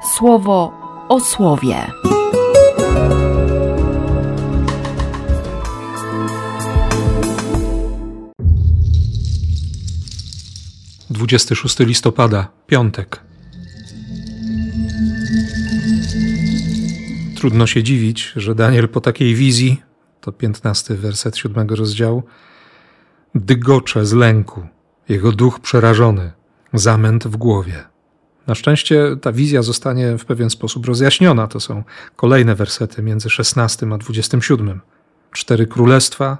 Słowo o słowie. Dwudziesty 26 listopada, piątek. Trudno się dziwić, że Daniel po takiej wizji, to 15 werset 7 rozdziału, dygocze z lęku, jego duch przerażony, zamęt w głowie. Na szczęście ta wizja zostanie w pewien sposób rozjaśniona. To są kolejne wersety między 16 a 27. 4 królestwa,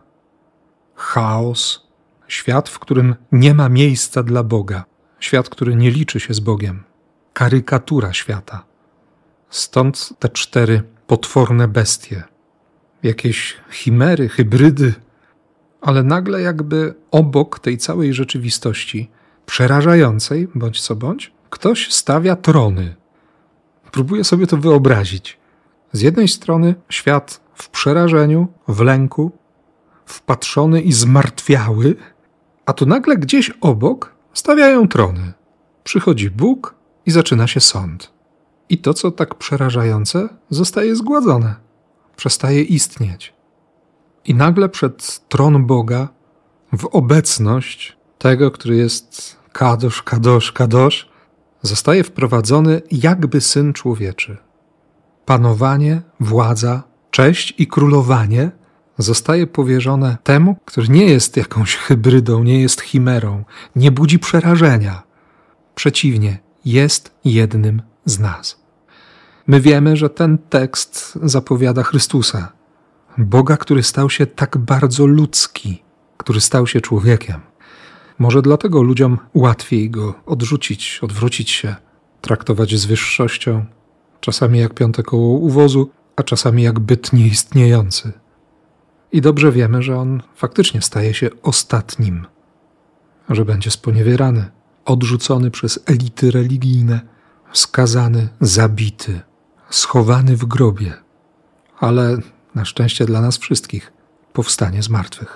chaos, świat, w którym nie ma miejsca dla Boga, świat, który nie liczy się z Bogiem, karykatura świata. Stąd te 4 potworne bestie, jakieś chimery, hybrydy, ale nagle jakby obok tej całej rzeczywistości, przerażającej, bądź co bądź, ktoś stawia trony. Próbuję sobie to wyobrazić. Z jednej strony świat w przerażeniu, w lęku, wpatrzony i zmartwiały, a tu nagle gdzieś obok stawiają trony. Przychodzi Bóg i zaczyna się sąd. I to, co tak przerażające, zostaje zgładzone. Przestaje istnieć. I nagle przed tron Boga, w obecność tego, który jest kadosz, kadosz, kadosz, zostaje wprowadzony jakby Syn Człowieczy. Panowanie, władza, cześć i królowanie zostaje powierzone temu, który nie jest jakąś hybrydą, nie jest chimerą, nie budzi przerażenia. Przeciwnie, jest jednym z nas. My wiemy, że ten tekst zapowiada Chrystusa, Boga, który stał się tak bardzo ludzki, który stał się człowiekiem. Może dlatego ludziom łatwiej go odrzucić, odwrócić się, traktować z wyższością, czasami jak piąte koło uwozu, a czasami jak byt nieistniejący. I dobrze wiemy, że on faktycznie staje się ostatnim, że będzie sponiewierany, odrzucony przez elity religijne, skazany, zabity, schowany w grobie, ale na szczęście dla nas wszystkich powstanie z martwych.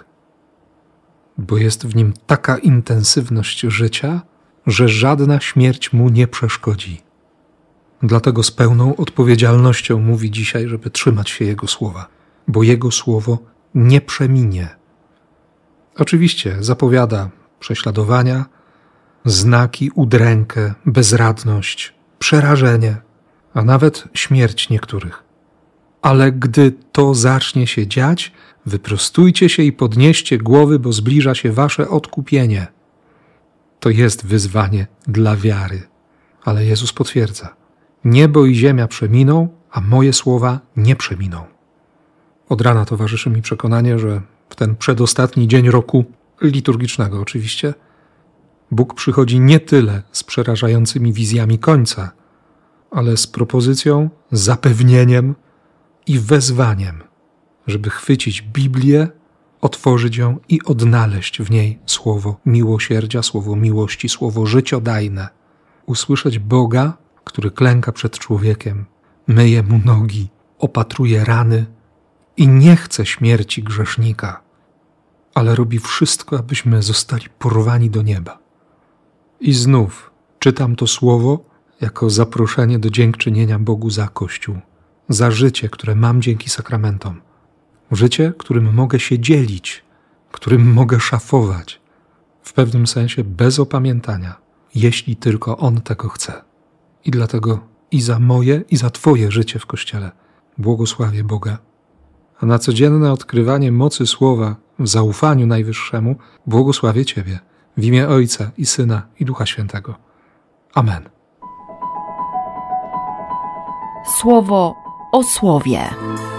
Bo jest w nim taka intensywność życia, że żadna śmierć mu nie przeszkodzi. Dlatego z pełną odpowiedzialnością mówi dzisiaj, żeby trzymać się Jego słowa, bo Jego słowo nie przeminie. Oczywiście zapowiada prześladowania, znaki, udrękę, bezradność, przerażenie, a nawet śmierć niektórych. Ale gdy to zacznie się dziać, wyprostujcie się i podnieście głowy, bo zbliża się wasze odkupienie. To jest wyzwanie dla wiary. Ale Jezus potwierdza: niebo i ziemia przeminą, a moje słowa nie przeminą. Od rana towarzyszy mi przekonanie, że w ten przedostatni dzień roku, liturgicznego oczywiście, Bóg przychodzi nie tyle z przerażającymi wizjami końca, ale z propozycją, zapewnieniem i wezwaniem, żeby chwycić Biblię, otworzyć ją i odnaleźć w niej słowo miłosierdzia, słowo miłości, słowo życiodajne. Usłyszeć Boga, który klęka przed człowiekiem, myje mu nogi, opatruje rany i nie chce śmierci grzesznika, ale robi wszystko, abyśmy zostali porwani do nieba. I znów czytam to słowo jako zaproszenie do dziękczynienia Bogu za Kościół, za życie, które mam dzięki sakramentom. Życie, którym mogę się dzielić, którym mogę szafować, w pewnym sensie bez opamiętania, jeśli tylko On tego chce. I dlatego i za moje, i za Twoje życie w Kościele błogosławię Boga. A na codzienne odkrywanie mocy Słowa w zaufaniu Najwyższemu błogosławię Ciebie w imię Ojca i Syna i Ducha Świętego. Amen. Słowo o słowie.